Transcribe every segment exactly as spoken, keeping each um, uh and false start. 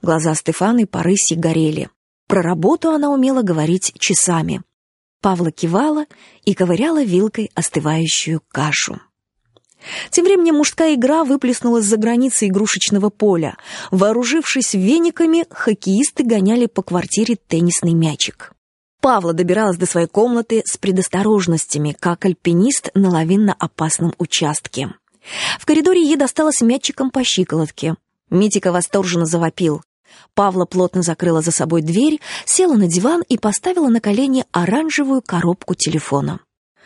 Глаза Стефаны по рыси горели. Про работу она умела говорить часами. Павла кивала и ковыряла вилкой остывающую кашу. Тем временем мужская игра выплеснулась за границы игрушечного поля. Вооружившись вениками, хоккеисты гоняли по квартире теннисный мячик. Павла добиралась до своей комнаты с предосторожностями, как альпинист на лавинно-опасном участке. В коридоре ей досталось мячиком по щиколотке. Митика восторженно завопил. Павла плотно закрыла за собой дверь, села на диван и поставила на колени оранжевую коробку телефона.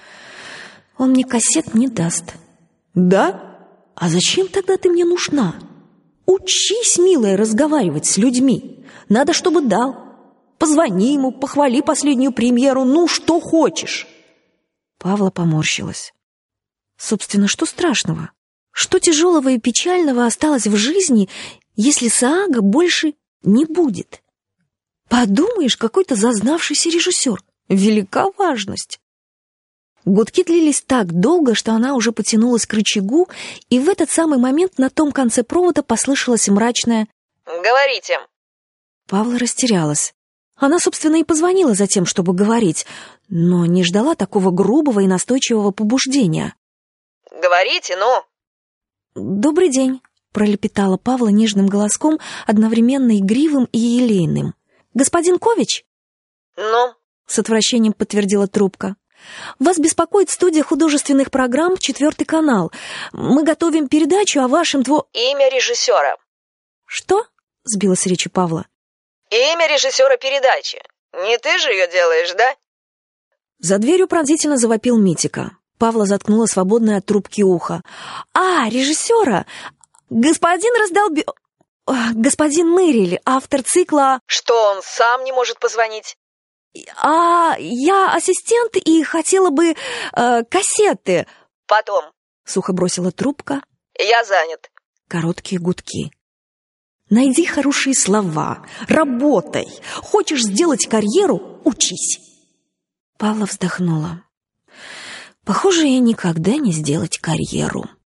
«Он мне кассет не даст». «Да? А зачем тогда ты мне нужна? Учись, милая, разговаривать с людьми. Надо, чтобы дал. Позвони ему, похвали последнюю премьеру, ну, что хочешь». Павла поморщилась. Собственно, что страшного? Что тяжелого и печального осталось в жизни, если Саага больше не будет? Подумаешь, какой-то зазнавшийся режиссер. Велика важность. Гудки длились так долго, что она уже потянулась к рычагу, и в этот самый момент на том конце провода послышалось мрачное «Говорите». Павла растерялась. Она, собственно, и позвонила за тем, чтобы говорить, но не ждала такого грубого и настойчивого побуждения. «Говорите, ну?» «Добрый день», — пролепетала Павла нежным голоском, одновременно игривым и елейным. «Господин Кович?» «Ну?» — с отвращением подтвердила трубка. «Вас беспокоит студия художественных программ «Четвертый канал». Мы готовим передачу о вашем тво...» «Имя режиссера». «Что?» — сбилась с речи Павла. «Имя режиссера передачи. Не ты же ее делаешь, да?» За дверью пронзительно завопил Митика. Павла заткнула свободное от трубки ухо. «А, режиссера! Господин раздолбё... Господин Мэриль, автор цикла...» «Что, он сам не может позвонить?» «А, я ассистент и хотела бы э, кассеты». «Потом», — сухо бросила трубка. «Я занят». Короткие гудки. «Найди хорошие слова, работай. Хочешь сделать карьеру — учись». Павла вздохнула. «Похоже, я никогда не сделать карьеру».